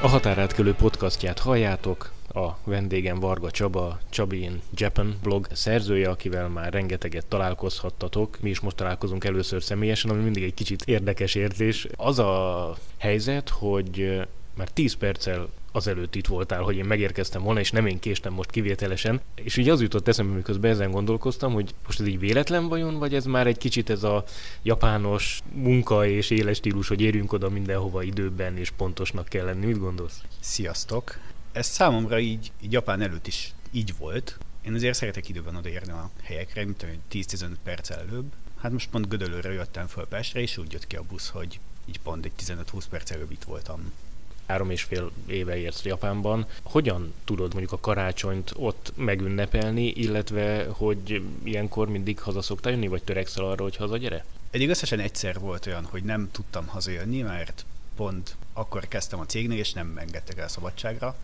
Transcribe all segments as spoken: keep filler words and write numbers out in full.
A Határátkelő podcastját halljátok, a vendégem Varga Csaba, Csabi in Japan blog szerzője, akivel már rengeteget találkozhattatok. Mi is most találkozunk először személyesen, ami mindig egy kicsit érdekes érzés. Az a helyzet, hogy már tíz perccel azelőtt itt voltál, hogy én megérkeztem volna, és nem én késtem most kivételesen. És így az jutott eszembe, miközben ezen gondolkoztam, hogy most ez így véletlen vajon, vagy ez már egy kicsit ez a japános munka és életstílus, hogy érjünk oda mindenhova időben, és pontosnak kell lenni. Mit gondolsz? Sziasztok! Ez számomra így, így Japán előtt is így volt. Én azért szeretek időben odaérni a helyekre, mint hogy tíz-tizenöt perccel előbb. Hát most pont Gödöllőről jöttem föl Pestre, és úgy jött ki a busz, hogy így pont egy tizenöt-húsz perc előbb itt voltam. Három és fél éve érsz Japánban. Hogyan tudod mondjuk a karácsonyt ott megünnepelni, illetve hogy ilyenkor mindig haza szoktál jönni, vagy törekszel arra, hogy hazagyere? Eddig összesen egyszer volt olyan, hogy nem tudtam hazajönni, mert pont akkor kezdtem a cégnél, és nem engedtek el szabadságra,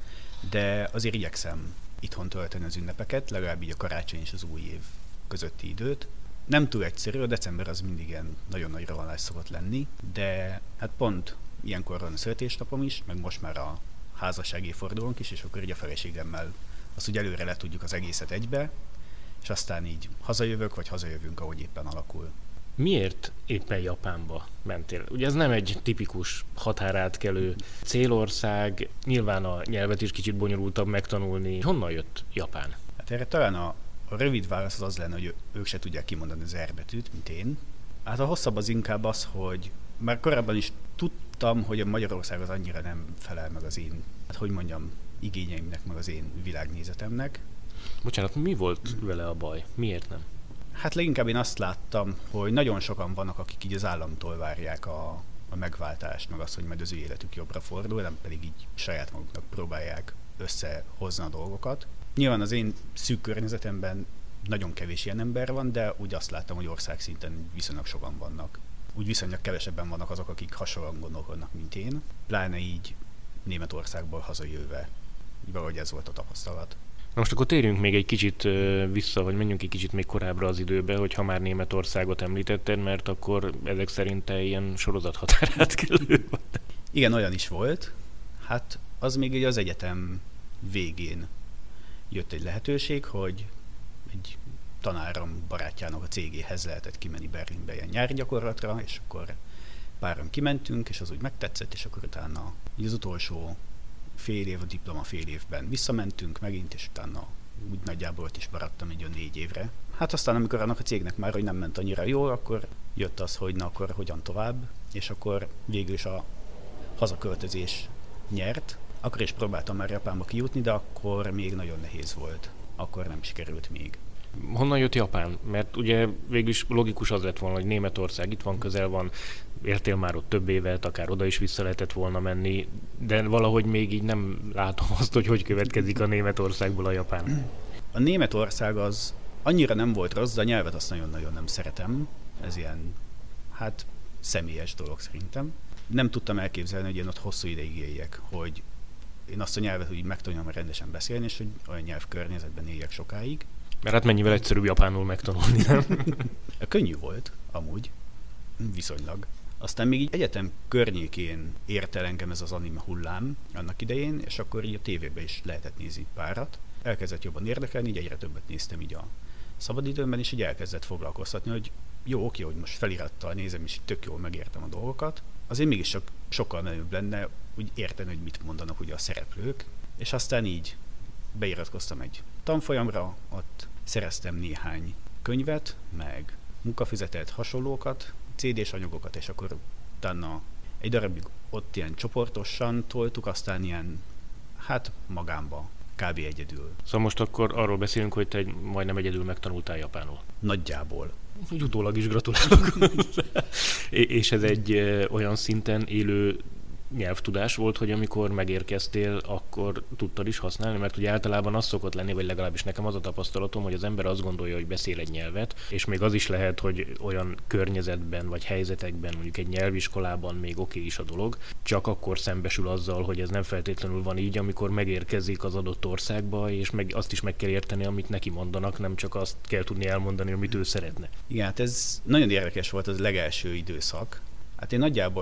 de azért igyekszem itthon tölteni az ünnepeket, legalább így a karácsony és az új év közötti időt. Nem túl egyszerű, a december az mindig ilyen nagyon nagy rohanás szokott lenni, de hát pont ilyenkor van a születésnapom is, meg most már a házassági fordulónk is, és akkor így a feleségemmel azt, hogy előre le tudjuk az egészet egybe, és aztán így hazajövök, vagy hazajövünk, ahogy éppen alakul. Miért éppen Japánba mentél? Ugye ez nem egy tipikus határátkelő célország, nyilván a nyelvet is kicsit bonyolultabb megtanulni. Honnan jött Japán? Hát erre talán a, a rövid válasz az az lenne, hogy ők se tudják kimondani az R betűt, mint én. Hát a hosszabb az inkább az, hogy már korábban is tudtam, hogy a Magyarország az annyira nem felel meg az én, hát hogy mondjam, igényeimnek, meg az én világnézetemnek. Bocsánat, mi volt vele a baj? Miért nem? Hát leginkább én azt láttam, hogy nagyon sokan vannak, akik így az államtól várják a, a megváltást, meg azt, hogy majd az ő életük jobbra fordul, nem pedig így saját maguknak próbálják összehozni a dolgokat. Nyilván az én szűk környezetemben nagyon kevés ilyen ember van, de úgy azt láttam, hogy országszinten viszonylag sokan vannak. Úgy viszonylag kevesebben vannak azok, akik hasonlóan gondolkodnak, mint én. Pláne így Németországból hazajöve. Valahogy ez volt a tapasztalat. Na most akkor térjünk még egy kicsit vissza, vagy menjünk egy kicsit még korábbra az időbe, hogy ha már Németországot említetted, mert akkor ezek szerint te ilyen sorozathatárátkelő vagy. Igen, olyan is volt. Hát az még így az egyetem végén jött egy lehetőség, hogy egy tanárom barátjának a cégéhez lehetett kimenni Berlinbe ilyen nyári gyakorlatra, és akkor páran kimentünk, és az úgy megtetszett, és akkor utána így az utolsó fél év, a diploma fél évben visszamentünk megint, és utána úgy nagyjából ott is maradtam egy olyan négy évre. Hát aztán, amikor annak a cégnek már, hogy nem ment annyira jól, akkor jött az, hogy na akkor hogyan tovább, és akkor végül is a hazaköltözés nyert. Akkor is próbáltam már Japánba kijutni, de akkor még nagyon nehéz volt. Akkor nem sikerült még. Honnan jött Japán? Mert ugye végülis logikus az lett volna, hogy Németország itt van, közel van, éltél már ott több évet, akár oda is vissza lehetett volna menni, de valahogy még így nem látom azt, hogy hogy következik a Németországból a Japán. A Németország az annyira nem volt rossz, de a nyelvet azt nagyon-nagyon nem szeretem. Ez ilyen, hát személyes dolog szerintem. Nem tudtam elképzelni, hogy én ott hosszú ideig éljek, hogy én azt a nyelvet úgy megtanuljam rendesen beszélni, és hogy olyan nyelvkörnyezetben éljek sokáig. Mert hát mennyivel egyszerűbb japánul megtanulni, nem? Könnyű volt, amúgy, viszonylag. Aztán még így egyetem környékén ért el engem ez az anime hullám annak idején, és akkor így a tévében is lehetett nézni párat. Elkezdett jobban érdekelni, így egyre többet néztem így a szabadidőmben, és így elkezdett foglalkoztatni, hogy jó, oké, hogy most felirattal nézem, és így tök jól megértem a dolgokat. Azért mégis sok, sokkal menőbb lenne úgy érteni, hogy mit mondanak ugye a szereplők, és aztán így beiratkoztam egy tanfolyamra, ott szereztem néhány könyvet, meg munkafüzetet, hasonlókat, cé dés anyagokat, és akkor utána egy darabig ott ilyen csoportosan toltuk, aztán ilyen, hát magámba, kb. Egyedül. Szóval most akkor arról beszélünk, hogy te egy, majdnem egyedül megtanultál japánul. Nagyjából. Úgy utólag is gratulálok. És ez egy olyan szinten élő nyelvtudás volt, hogy amikor megérkeztél, akkor tudtad is használni, mert ugye általában az szokott lenni, vagy legalábbis nekem az a tapasztalatom, hogy az ember azt gondolja, hogy beszél egy nyelvet, és még az is lehet, hogy olyan környezetben vagy helyzetekben, mondjuk egy nyelviskolában még oké is a dolog, csak akkor szembesül azzal, hogy ez nem feltétlenül van így, amikor megérkezik az adott országba, és meg azt is meg kell érteni, amit neki mondanak, nem csak azt kell tudni elmondani, amit ő szeretne. Igen, hát ez nagyon érdekes volt az legelső időszak. Hát én nagyjából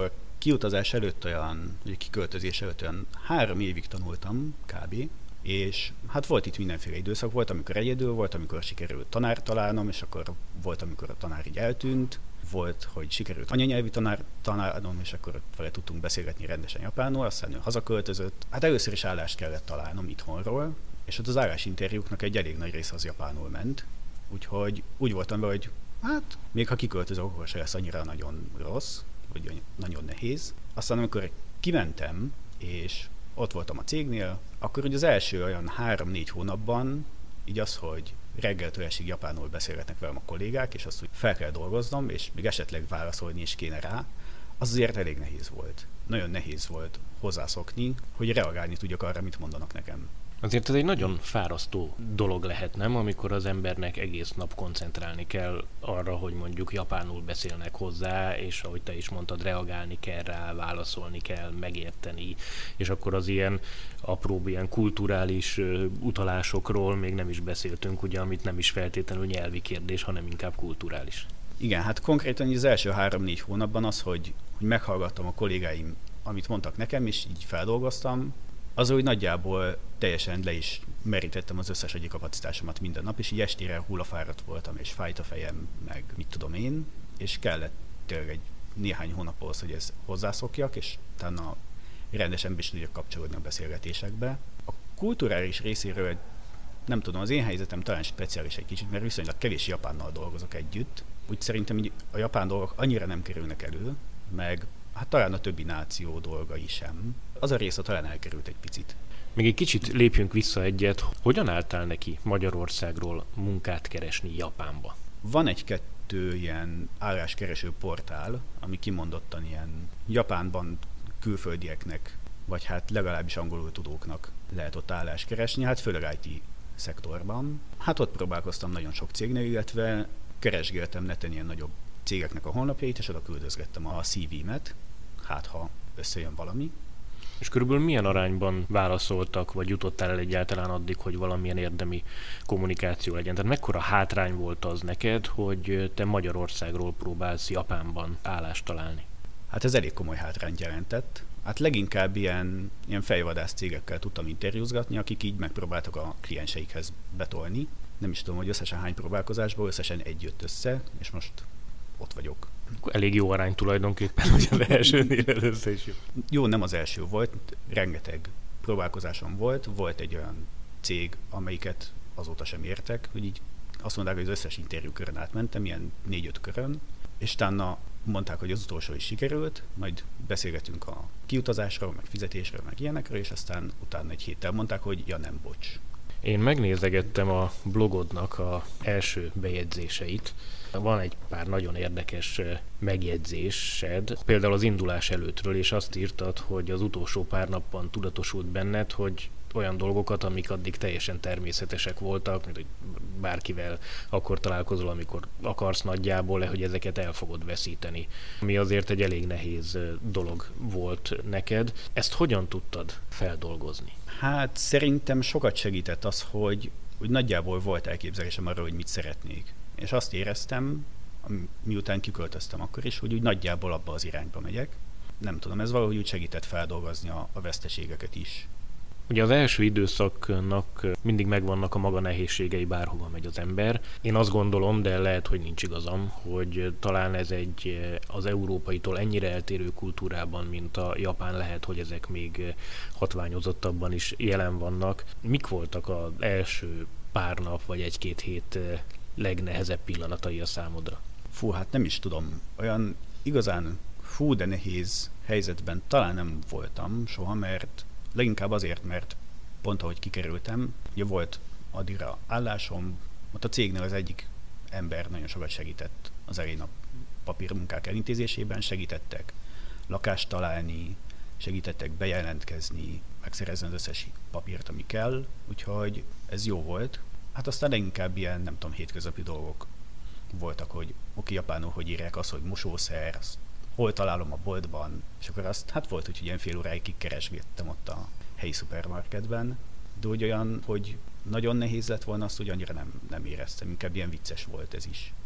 kiutazás előtt olyan, vagy kiköltözés előtt olyan három évig tanultam kb. És hát volt itt mindenféle időszak, volt, amikor egyedül, volt, amikor sikerült tanárt találnom, és akkor volt, amikor a tanár így eltűnt, volt, hogy sikerült anyanyelvi tanár találnom, és akkor vele tudtunk beszélgetni rendesen japánul, aztán ő hazaköltözött. Hát először is állást kellett találnom itthonról, és ott az állásinterjúknak egy elég nagy része az japánul ment, úgyhogy úgy voltam vele, hogy hát még ha kiköltözök, akkor se lesz annyira nagyon rossz, vagy nagyon nehéz. Aztán amikor kimentem, és ott voltam a cégnél, akkor ugye az első olyan három-négy hónapban így az, hogy reggeltől esig japánul beszélgetnek velem a kollégák, és azt, hogy fel kell dolgoznom, és még esetleg válaszolni is kéne rá, az azért elég nehéz volt. Nagyon nehéz volt hozzászokni, hogy reagálni tudjak arra, mit mondanak nekem. Azért ez egy nagyon fárasztó dolog lehet, nem? Amikor az embernek egész nap koncentrálni kell arra, hogy mondjuk japánul beszélnek hozzá, és ahogy te is mondtad, reagálni kell rá, válaszolni kell, megérteni, és akkor az ilyen apróbb ilyen kulturális utalásokról még nem is beszéltünk, ugye, amit nem is feltétlenül nyelvi kérdés, hanem inkább kulturális. Igen, hát konkrétan az első három-négy hónapban az, hogy, hogy meghallgattam a kollégáim, amit mondtak nekem, és így feldolgoztam, az, hogy nagyjából teljesen le is merítettem az összes agyi kapacitásomat minden nap, és így estére hullafáradt voltam, és fájt a fejem, meg mit tudom én, és kellett tényleg egy néhány hónaphoz, hogy ez hozzászokjak, és utána rendesen be is tudjak kapcsolódni a beszélgetésekbe. A kulturális részéről nem tudom, az én helyzetem talán speciális egy kicsit, mert viszonylag kevés japánnal dolgozok együtt, úgy szerintem így a japán dolgok annyira nem kerülnek elő, meg hát talán a többi náció dolgai sem. Az a része talán elkerült egy picit. Még egy kicsit lépjünk vissza egyet. Hogyan álltál neki Magyarországról munkát keresni Japánba? Van egy-kettő ilyen álláskereső portál, ami kimondottan ilyen Japánban külföldieknek, vagy hát legalábbis angolul tudóknak lehet ott állást keresni, hát főleg i té szektorban. Hát ott próbálkoztam nagyon sok cégnél, illetve keresgéltem neten ilyen nagyobb cégeknek a honlapjait, és oda küldözgettem a cé vémet, hát ha összejön valami. És körülbelül milyen arányban válaszoltak, vagy jutottál el egyáltalán addig, hogy valamilyen érdemi kommunikáció legyen? Tehát mekkora hátrány volt az neked, hogy te Magyarországról próbálsz Japánban állást találni? Hát ez elég komoly hátrányt jelentett. Hát leginkább ilyen, ilyen fejvadász cégekkel tudtam interjúzgatni, akik így megpróbáltak a klienseikhez betolni. Nem is tudom, hogy összesen hány próbálkozásból, összesen egy jött össze, és most ott vagyok. Elég jó arány tulajdonképpen, hogy az elsőnél először is jó. Jó, nem az első volt, rengeteg próbálkozásom volt. Volt egy olyan cég, amelyiket azóta sem értek, hogy így azt mondták, hogy az összes interjúkörön átmentem, ilyen négy-öt körön, és utána mondták, hogy az utolsó is sikerült, majd beszélgetünk a kiutazásról, meg fizetésről, meg ilyenekről, és aztán utána egy héttel mondták, hogy ja nem, bocs. Én megnézegettem a blogodnak az első bejegyzéseit. Van egy pár nagyon érdekes megjegyzésed, például az indulás előttről, és azt írtad, hogy az utolsó pár napban tudatosult benned, hogy olyan dolgokat, amik addig teljesen természetesek voltak, mint hogy bárkivel akkor találkozol, amikor akarsz nagyjából, hogy ezeket el fogod veszíteni. Ami azért egy elég nehéz dolog volt neked. Ezt hogyan tudtad feldolgozni? Hát szerintem sokat segített az, hogy, hogy nagyjából volt elképzelésem arra, hogy mit szeretnék. És azt éreztem, miután kiköltöztem akkor is, hogy úgy nagyjából abba az irányba megyek. Nem tudom, ez valahogy úgy segített feldolgozni a, a veszteségeket is. Ugye az első időszaknak mindig megvannak a maga nehézségei, bárhova megy az ember. Én azt gondolom, de lehet, hogy nincs igazam, hogy talán ez egy az európaitól ennyire eltérő kultúrában, mint a japán, lehet, hogy ezek még hatványozottabban is jelen vannak. Mik voltak az első pár nap, vagy egy-két hét legnehezebb pillanatai a számodra? Fú, hát nem is tudom. Olyan igazán fú, de nehéz helyzetben talán nem voltam soha, mert leginkább azért, mert pont ahogy kikerültem, ugye volt addigra állásom, ott a cégnél az egyik ember nagyon sokat segített az elején a papírmunkák elintézésében, segítettek lakást találni, segítettek bejelentkezni, megszerezni az összes papírt, ami kell, úgyhogy ez jó volt. Hát aztán leginkább ilyen, nem tudom, hétköznapi dolgok voltak, hogy oké, japánul hogy írják azt, hogy mosószer, azt hol találom a boltban, és akkor azt, hát volt, hogy ilyen fél óráig keresgettem ott a helyi szupermarketben, de úgy olyan, hogy nagyon nehéz lett volna, azt úgy annyira nem, nem éreztem, inkább ilyen vicces volt ez is.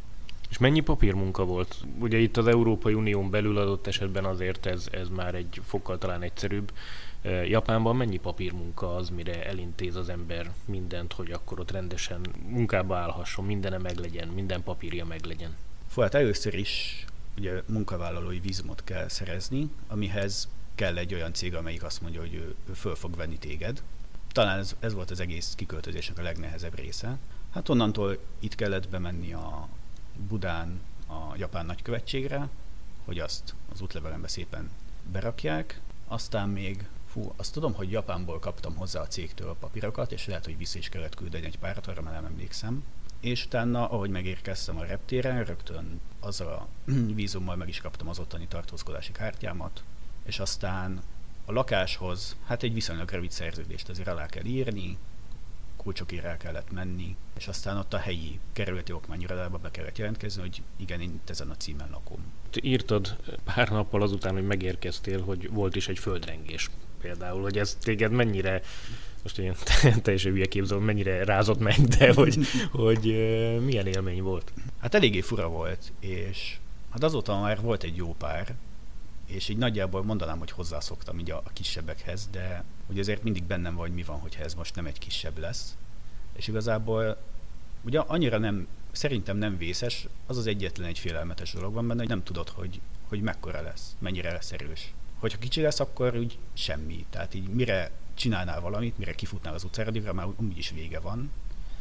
És mennyi papírmunka volt? Ugye itt az Európai Unión belül adott esetben azért ez, ez már egy fokkal talán egyszerűbb. Japánban mennyi papírmunka az, mire elintéz az ember mindent, hogy akkor ott rendesen munkába állhasson, mindene meglegyen, minden papírja meglegyen? Fú, hát először is ugye munkavállalói vízumot kell szerezni, amihez kell egy olyan cég, amelyik azt mondja, hogy ő, ő föl fog venni téged. Talán ez, ez volt az egész kiköltözésnek a legnehezebb része. Hát onnantól itt kellett bemenni a Budán a japán nagykövetségre, hogy azt az útlevelembe szépen berakják. Aztán még, fú, azt tudom, hogy Japánból kaptam hozzá a cégtől a papírokat, és lehet, hogy vissza is kellett küldeni egy párat, arra már nem emlékszem. És utána, ahogy megérkeztem a reptéren, rögtön azzal a vízummal meg is kaptam az ottani tartózkodási kártyámat, és aztán a lakáshoz, hát egy viszonylag rövid szerződést azért alá kell írni, kulcsokért el kellett menni, és aztán ott a helyi kerületi okmányirodába be kellett jelentkezni, hogy igen, én itt ezen a címen lakom. Te írtad pár nappal azután, hogy megérkeztél, hogy volt is egy földrengés például, hogy ez téged mennyire, most én teljesen hülye képzelem, mennyire rázott meg, de hogy, hogy milyen élmény volt? Hát eléggé fura volt, és hát azóta már volt egy jó pár, és így nagyjából mondanám, hogy hozzászoktam így a, a kisebbekhez, de ugye azért mindig bennem van, hogy mi van, hogyha ez most nem egy kisebb lesz. És igazából ugye annyira nem, szerintem nem vészes, az az egyetlen egy félelmetes dolog van benne, hogy nem tudod, hogy, hogy mekkora lesz, mennyire lesz erős. Hogyha kicsi lesz, akkor úgy semmi. Tehát így mire csinálnál valamit, mire kifutnál az utcára, addigra már úgy is vége van.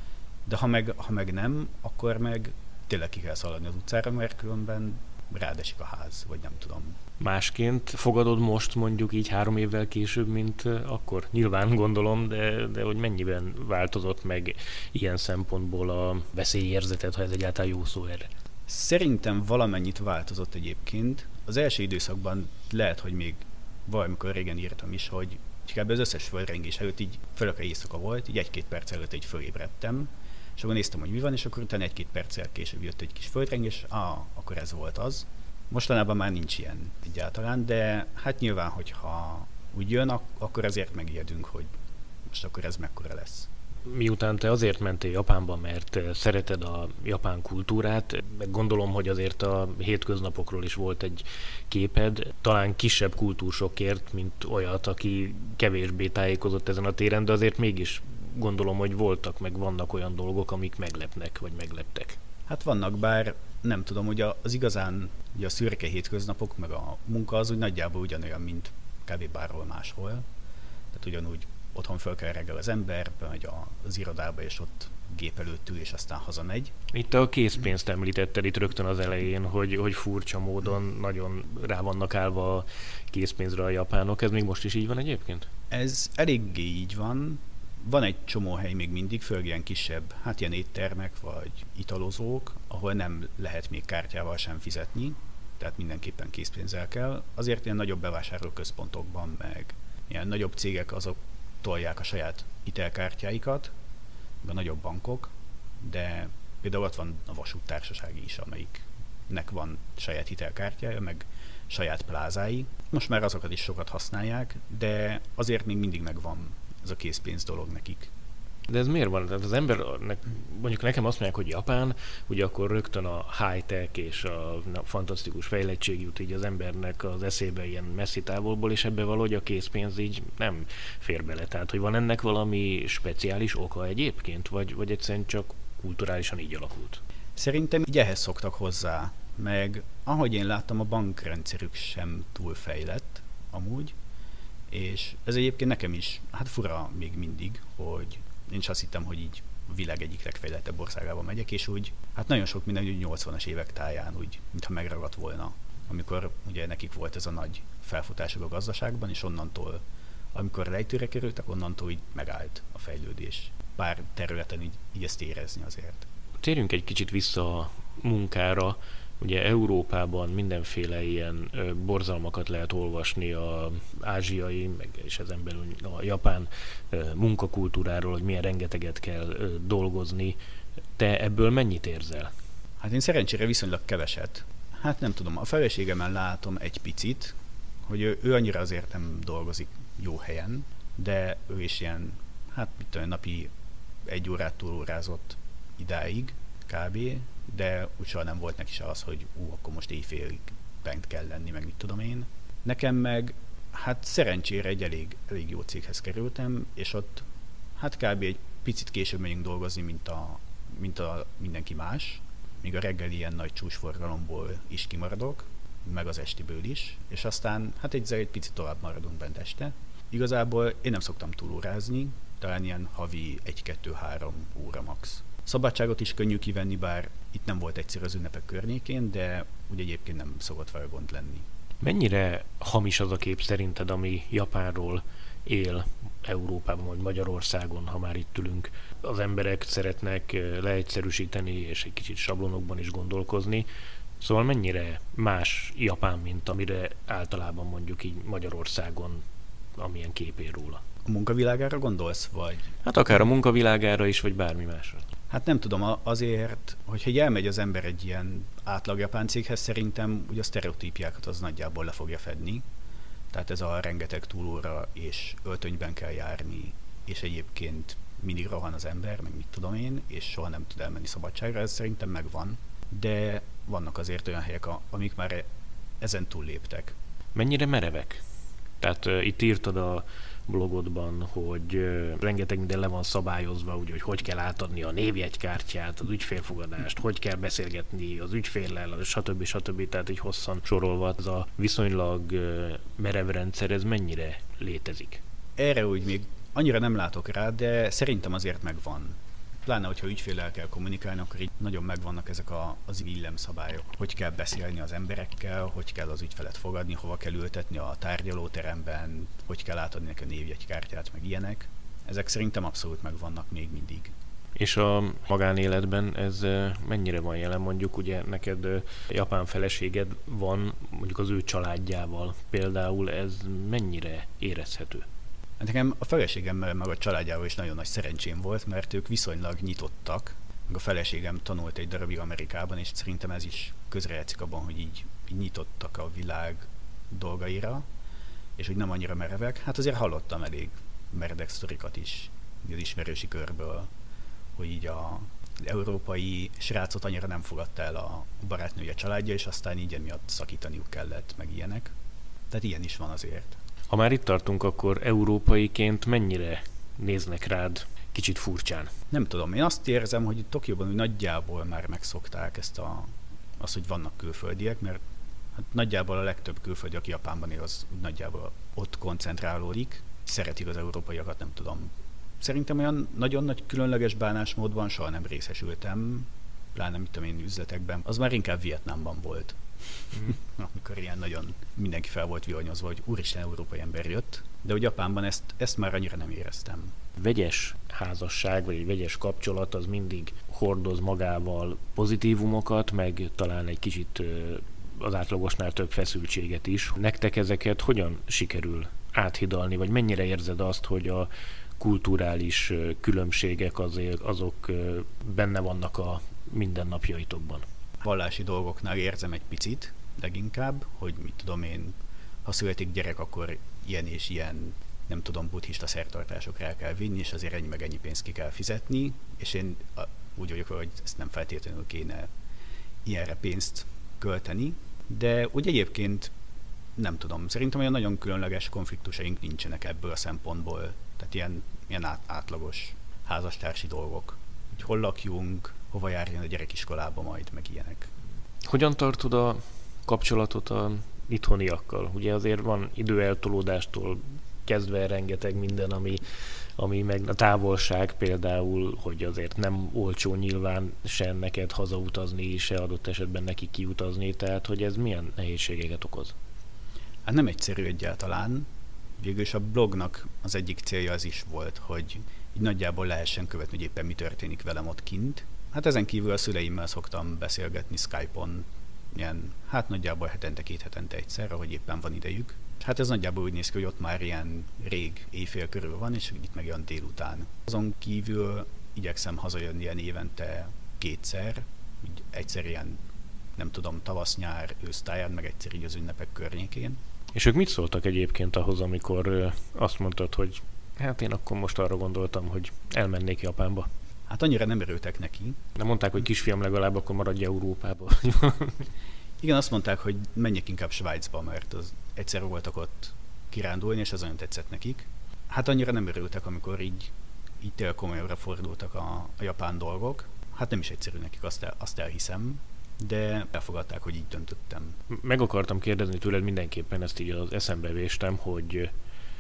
De ha meg, ha meg nem, akkor meg tényleg ki kell szaladni az utcára, mert különben rád esik a ház, vagy nem tudom. Másként fogadod most mondjuk így három évvel később, mint akkor? Nyilván gondolom, de, de hogy mennyiben változott meg ilyen szempontból a veszélyérzetet, ha ez egyáltalán jó szó erre? Szerintem valamennyit változott egyébként. Az első időszakban lehet, hogy még valamikor régen írtam is, hogy kb. Az összes földrengés előtt így fölöke éjszaka volt, így egy-két perc előtt így fölébredtem, és akkor néztem, hogy mi van, és akkor utána egy-két perccel később jött egy kis földrengés, ah, akkor ez volt az. Mostanában már nincs ilyen egyáltalán, de hát nyilván, hogyha úgy jön, akkor azért megijedünk, hogy most akkor ez mekkora lesz. Miután te azért mentél Japánba, mert szereted a japán kultúrát, meg gondolom, hogy azért a hétköznapokról is volt egy képed, talán kisebb kultúrsokért, mint olyat, aki kevésbé tájékozott ezen a téren, de azért mégis gondolom, hogy voltak, meg vannak olyan dolgok, amik meglepnek, vagy megleptek. Hát vannak, bár nem tudom, hogy az igazán ugye a szürke hétköznapok, meg a munka az úgy nagyjából ugyanolyan, mint kb. Bárhol máshol. Tehát ugyanúgy otthon föl kell reggel az ember, bemegy az irodába, és ott gép előtt ül, és aztán hazamegy. Itt a készpénzt említetted itt rögtön az elején, hogy, hogy furcsa módon nagyon rá vannak állva a készpénzre a japánok. Ez még most is így van egyébként? Ez eléggé így van. Van egy csomó hely még mindig, főleg ilyen kisebb, hát ilyen éttermek vagy italozók, ahol nem lehet még kártyával sem fizetni, tehát mindenképpen készpénzzel kell. Azért ilyen nagyobb bevásárlóközpontokban, meg ilyen nagyobb cégek azok tolják a saját hitelkártyáikat, meg a nagyobb bankok, de például ott van a vasúttársaság is, amelyiknek van saját hitelkártyája, meg saját plázái. Most már azokat is sokat használják, de azért még mindig megvan ez a készpénz dolog nekik. De ez miért van? Tehát az embernek, mondjuk nekem azt mondják, hogy Japán, ugye akkor rögtön a high-tech és a fantasztikus fejlettség jut így az embernek az eszébe ilyen messzi távolból, és ebbe valahogy a készpénz így nem fér bele. Tehát, hogy van ennek valami speciális oka egyébként, vagy, vagy egyszerűen csak kulturálisan így alakult? Szerintem így ehhez szoktak hozzá, meg ahogy én láttam, a bankrendszerük sem túl fejlett amúgy, és ez egyébként nekem is, hát fura még mindig, hogy én is azt hittem, hogy így a világ egyik legfejlettebb országába megyek, és úgy, hát nagyon sok minden úgy nyolcvanas évek táján úgy, mintha megragadt volna, amikor ugye nekik volt ez a nagy felfutásuk a gazdaságban, és onnantól, amikor lejtőre kerültek, onnantól így megállt a fejlődés. Pár területen így, így ezt érezni azért. Térjünk egy kicsit vissza a munkára. Ugye Európában mindenféle ilyen ö, borzalmakat lehet olvasni az ázsiai, meg és ezen belül a japán ö, munkakultúráról, hogy milyen rengeteget kell ö, dolgozni. Te ebből mennyit érzel? Hát én szerencsére viszonylag keveset. Hát nem tudom, a feleségemen látom egy picit, hogy ő, ő annyira azért nem dolgozik jó helyen, de ő is ilyen, hát mit tudom, napi egy órát túlórázott idáig, kb. de úgy soha nem volt neki se az, hogy ú, akkor most éjfélig bent kell lenni, meg mit tudom én. Nekem meg, hát szerencsére egy elég, elég jó céghez kerültem, és ott hát kb. Egy picit később megyünk dolgozni, mint a, mint a mindenki más, míg a reggeli ilyen nagy csúcsforgalomból is kimaradok, meg az estiből is, és aztán hát egy, egy picit tovább maradunk bent este. Igazából én nem szoktam túlórázni, talán ilyen havi egy-kettő-három óra max. Szabadságot is könnyű kivenni, bár itt nem volt egyszer az ünnepek környékén, de úgy egyébként nem szokott vele gond lenni. Mennyire hamis az a kép szerinted, ami Japánról él Európában vagy Magyarországon, ha már itt ülünk? Az emberek szeretnek leegyszerűsíteni és egy kicsit sablonokban is gondolkozni. Szóval mennyire más Japán, mint amire általában mondjuk így Magyarországon amilyen kép ér róla? A munkavilágára gondolsz, vagy? Hát akár a munkavilágára is, vagy bármi másra. Hát nem tudom, azért, hogyha elmegy az ember egy ilyen átlag japán céghez, szerintem ugye a sztereotípiákat az nagyjából le fogja fedni. Tehát ez a rengeteg túlóra és öltönyben kell járni, és egyébként mindig rohan az ember, meg mit tudom én, és soha nem tud elmenni szabadságra, ez szerintem megvan. De vannak azért olyan helyek, amik már ezen túl léptek. Mennyire merevek? Tehát uh, itt írtad a blogodban, hogy uh, rengeteg minden le van szabályozva, úgy, hogy hogy kell átadni a névjegykártyát, az ügyfélfogadást, hogy kell beszélgetni az ügyféllel, stb. stb. Tehát így hosszan sorolva, ez a viszonylag uh, merev rendszer, ez mennyire létezik? Erre úgy még annyira nem látok rá, de szerintem azért megvan. Pláne, hogyha ügyféllel kell kommunikálni, akkor így nagyon megvannak ezek a, az illemszabályok. Hogy kell beszélni az emberekkel, hogy kell az ügyfelet fogadni, hova kell ültetni a tárgyalóteremben, hogy kell átadni neki a névjegykártyát, meg ilyenek. Ezek szerintem abszolút megvannak még mindig. És a magánéletben ez mennyire van jelen? Mondjuk ugye neked japán feleséged van, mondjuk az ő családjával például, ez mennyire érezhető? Nekem a feleségemmel meg a családjával is nagyon nagy szerencsém volt, mert ők viszonylag nyitottak. Meg a feleségem tanult egy darabig Amerikában, és szerintem ez is közrejátszik abban, hogy így, így nyitottak a világ dolgaira, és hogy nem annyira merevek. Hát azért hallottam elég meredek sztorikat is az ismerősi körből, hogy így a európai srácot annyira nem fogadta el a barátnője családja, és aztán így emiatt szakítaniuk kellett, meg ilyenek. Tehát ilyen is van azért. Ha már itt tartunk, akkor európaiként mennyire néznek rád kicsit furcsán? Nem tudom, én azt érzem, hogy itt Tokióban úgy nagyjából már megszokták ezt a, azt, hogy vannak külföldiek, mert hát nagyjából a legtöbb külföldi, aki Japánban él, az nagyjából ott koncentrálódik. Szeretik az európaiakat, nem tudom. Szerintem olyan nagyon nagy különleges bánásmódban soha nem részesültem, pláne mit tudom én üzletekben. Az már inkább Vietnámban volt. Mm. Amikor ilyen nagyon mindenki fel volt vihanyozva, hogy úristen, európai ember jött, de hogy Japánban ezt, ezt már annyira nem éreztem. Vegyes házasság, vagy egy vegyes kapcsolat az mindig hordoz magával pozitívumokat, meg talán egy kicsit az átlagosnál több feszültséget is. Nektek ezeket hogyan sikerül áthidalni, vagy mennyire érzed azt, hogy a kulturális különbségek azért, azok benne vannak a mindennapjaitokban? Vallási dolgoknál érzem egy picit, leginkább, hogy mit tudom én, ha születik gyerek, akkor ilyen és ilyen, nem tudom, buddhista szertartásokra el kell vinni, és azért ennyi meg ennyi pénzt ki kell fizetni, és én úgy vagyok, hogy ezt nem feltétlenül kéne ilyenre pénzt költeni, de úgy egyébként nem tudom, szerintem olyan nagyon különleges konfliktusaink nincsenek ebből a szempontból, tehát ilyen, ilyen át, átlagos házastársi dolgok, hogy hol lakjunk, hova járjon a gyerekiskolába majd, meg ilyenek. Hogyan tartod a kapcsolatot a itthoniakkal? Ugye azért van időeltolódástól kezdve rengeteg minden, ami, ami meg a távolság például, hogy azért nem olcsó nyilván se neked hazautazni, se adott esetben neki kiutazni, tehát hogy ez milyen nehézségeket okoz? Hát nem egyszerű egyáltalán. Végülis a blognak az egyik célja az is volt, hogy így nagyjából lehessen követni, hogy éppen mi történik velem ott kint. Hát ezen kívül a szüleimmel szoktam beszélgetni Skype-on, ilyen, hát nagyjából hetente, két hetente egyszer, ahogy éppen van idejük. Hát ez nagyjából úgy néz ki, hogy ott már ilyen rég éjfél körül van, és itt meg olyan délután. Azon kívül igyekszem hazajönni ilyen évente kétszer, úgy egyszer ilyen, nem tudom, tavasz-nyár, ősztáján, meg egyszer így az ünnepek környékén. És ők mit szóltak egyébként ahhoz, amikor azt mondtad, hogy hát én akkor most arra gondoltam, hogy elmennék Japánba? Hát annyira nem örültek neki. De mondták, hogy kisfiam, legalább akkor maradj Európába. Igen, azt mondták, hogy menjek inkább Svájcba, mert az egyszer voltak ott kirándulni, és az olyan tetszett nekik. Hát annyira nem örültek, amikor így, így tényleg komolyabbra fordultak a, a japán dolgok. Hát nem is egyszerű nekik, azt, el, azt elhiszem, de elfogadták, hogy így döntöttem. Meg akartam kérdezni tőled mindenképpen, ezt így az eszembe véstem, hogy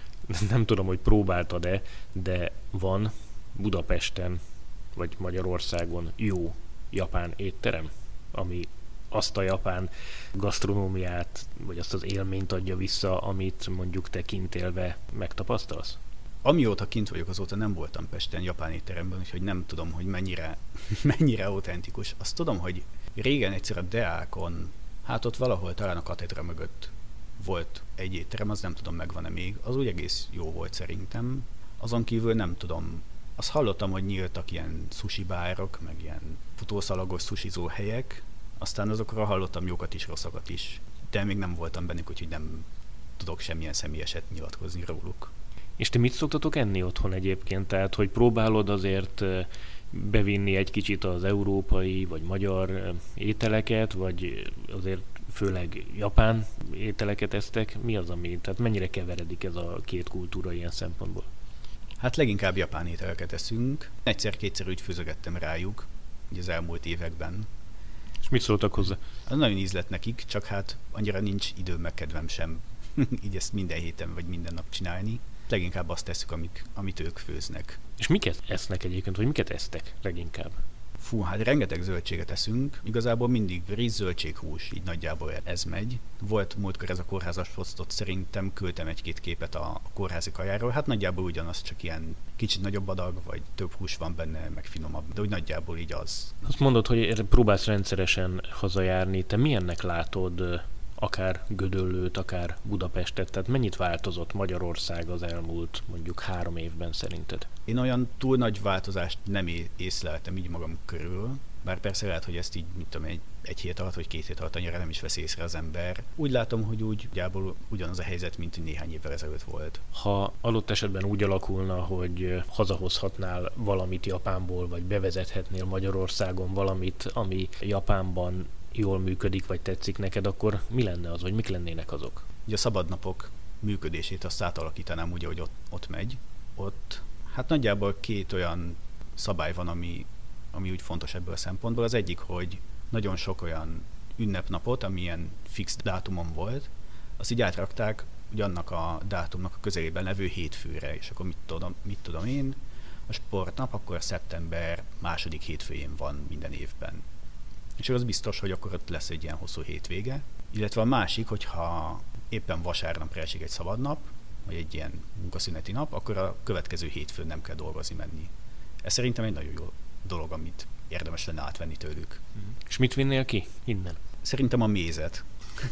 nem tudom, hogy próbáltad-e, de van Budapesten vagy Magyarországon jó japán étterem, ami azt a japán gasztronómiát, vagy azt az élményt adja vissza, amit mondjuk te kint élve megtapasztalsz? Amióta kint vagyok, azóta nem voltam Pesten japán étteremben, úgyhogy nem tudom, hogy mennyire, mennyire autentikus. Azt tudom, hogy régen egyszer a Deákon, hát ott valahol talán a katedra mögött volt egy étterem, az nem tudom, megvan-e még. Az úgy egész jó volt szerintem. Azon kívül nem tudom. Azt hallottam, hogy nyíltak ilyen sushi bárok, meg ilyen futószalagos sushizó helyek. Aztán azokra hallottam jókat is, rosszakat is. De még nem voltam bennük, úgyhogy nem tudok semmilyen személyeset nyilatkozni róluk. És ti mit szoktatok enni otthon egyébként? Tehát, hogy próbálod azért bevinni egy kicsit az európai vagy magyar ételeket, vagy azért főleg japán ételeket esztek? Mi az, ami? Tehát mennyire keveredik ez a két kultúra ilyen szempontból? Hát leginkább japán ételeket eszünk. Egyszer-kétszer úgy főzögettem rájuk, ugye az elmúlt években. És mit szóltak hozzá? Az nagyon ízlett nekik, csak hát annyira nincs időm meg kedvem sem így ezt minden héten vagy minden nap csinálni. Leginkább azt tesszük, amik, amit ők főznek. És miket esznek egyébként, vagy miket esztek leginkább? Fú, hát rengeteg zöldséget eszünk. Igazából mindig rizs, zöldség, hús, így nagyjából ez megy. Volt múltkor ez a kórházas posztot, szerintem küldtem egy-két képet a kórházi kajáról. Hát nagyjából ugyanaz, csak ilyen kicsit nagyobb adag, vagy több hús van benne, meg finomabb, de úgy nagyjából így az. Azt mondod, hogy próbálsz rendszeresen hazajárni. Te milyennek látod akár Gödöllőt, akár Budapestet, tehát mennyit változott Magyarország az elmúlt mondjuk három évben szerinted? Én olyan túl nagy változást nem észleltem így magam körül, bár persze lehet, hogy ezt így, mit tudom, egy, egy hét alatt vagy két hét alatt annyira nem is vesz észre az ember. Úgy látom, hogy úgy gyából ugyanaz a helyzet, mint néhány évvel ezelőtt volt. Ha adott esetben úgy alakulna, hogy hazahozhatnál valamit Japánból, vagy bevezethetnél Magyarországon valamit, ami Japánban jól működik, vagy tetszik neked, akkor mi lenne az, vagy mik lennének azok? Ugye a szabadnapok működését azt átalakítanám úgy, hogy ott, ott megy. Ott hát nagyjából két olyan szabály van, ami, ami úgy fontos ebből a szempontból. Az egyik, hogy nagyon sok olyan ünnepnapot, ami ilyen fix dátumon volt, azt így átrakták ugye annak a dátumnak a közelében levő hétfőre, és akkor mit tudom, mit tudom én, a sportnap akkor szeptember második hétfőjén van minden évben. És az biztos, hogy akkor ott lesz egy ilyen hosszú hétvége. Illetve a másik, hogyha éppen vasárnapra esik egy szabad nap, vagy egy ilyen munkaszüneti nap, akkor a következő hétfőn nem kell dolgozni menni. Ez szerintem egy nagyon jó dolog, amit érdemes lenne átvenni tőlük. És mit vinnél ki innen? Szerintem a mézet.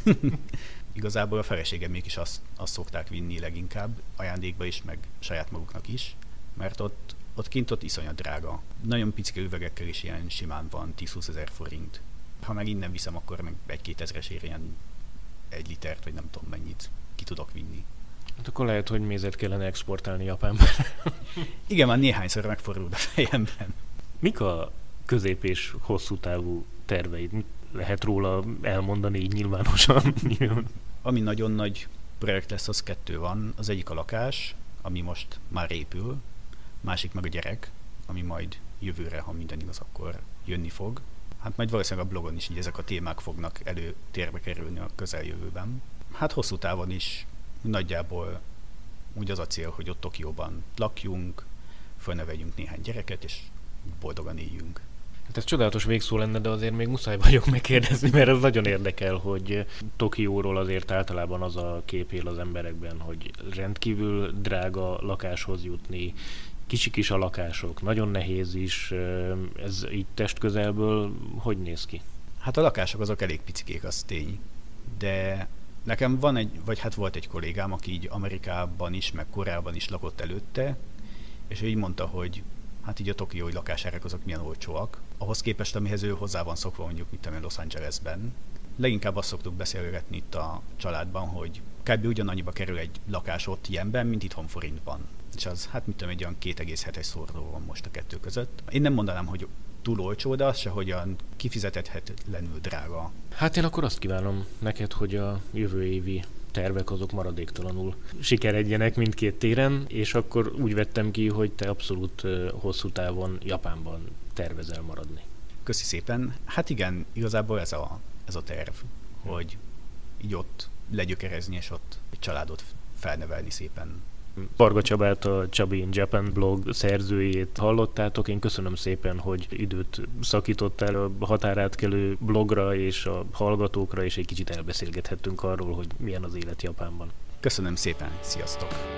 Igazából a feleségem mégis azt, azt szokták vinni leginkább, ajándékba is, meg saját maguknak is, mert ott Ott kint ott iszonyat drága. Nagyon picike üvegekkel is ilyen simán van tíz-húsz ezer forint. Ha meg innen viszem, akkor meg egy-két ezres ér ilyen egy litert, vagy nem tudom mennyit ki tudok vinni. Hát akkor lehet, hogy mézet kellene exportálni Japánba. Igen, már néhányszor megfordult a fejemben. Mik a közép- és hosszú távú terveid? Mit lehet róla elmondani így nyilvánosan? Ami nagyon nagy projekt lesz, az kettő van. Az egyik a lakás, ami most már épül, másik meg a gyerek, ami majd jövőre, ha minden igaz, akkor jönni fog. Hát majd valószínűleg a blogon is így ezek a témák fognak előtérbe kerülni a közeljövőben. Hát hosszú távon is nagyjából úgy az a cél, hogy ott Tokióban lakjunk, fölneveljünk néhány gyereket, és boldogan éljünk. Hát ez csodálatos végszó lenne, de azért még muszáj vagyok megkérdezni, mert ez nagyon érdekel, hogy Tokióról azért általában az a kép él az emberekben, hogy rendkívül drága lakáshoz jutni, kicsik is a lakások, nagyon nehéz is, ez így testközelből hogy néz ki? Hát a lakások azok elég picikék, az tény, de nekem van egy, vagy hát volt egy kollégám, aki így Amerikában is, meg Koreában is lakott előtte, és ő így mondta, hogy hát így a tokiói lakásárak azok milyen olcsóak. Ahhoz képest, amihez ő hozzá van szokva mondjuk, mit tudom, Los Angelesben. Leginkább azt szoktuk beszélgetni itt a családban, hogy kb. Ugyanannyiba kerül egy lakás ott jenben, mint itthon forintban. És az, hát mit tudom, egy olyan két egész hetes szordó van most a kettő között. Én nem mondanám, hogy túl olcsó, de az se, hogy olyan kifizethetetlenül drága. Hát én akkor azt kívánom neked, hogy a jövő évi tervek azok maradéktalanul sikeredjenek mindkét téren, és akkor úgy vettem ki, hogy te abszolút hosszú távon Japánban tervezel maradni. Köszi szépen. Hát igen, igazából ez a, ez a terv, hmm. hogy így ott legyökerezni, és ott egy családot felnevelni szépen. Varga Csabát, a Chubby in Japan blog szerzőjét hallottátok. Én köszönöm szépen, hogy időt szakítottál a határátkelő blogra és a hallgatókra, és egy kicsit elbeszélgethettünk arról, hogy milyen az élet Japánban. Köszönöm szépen, sziasztok!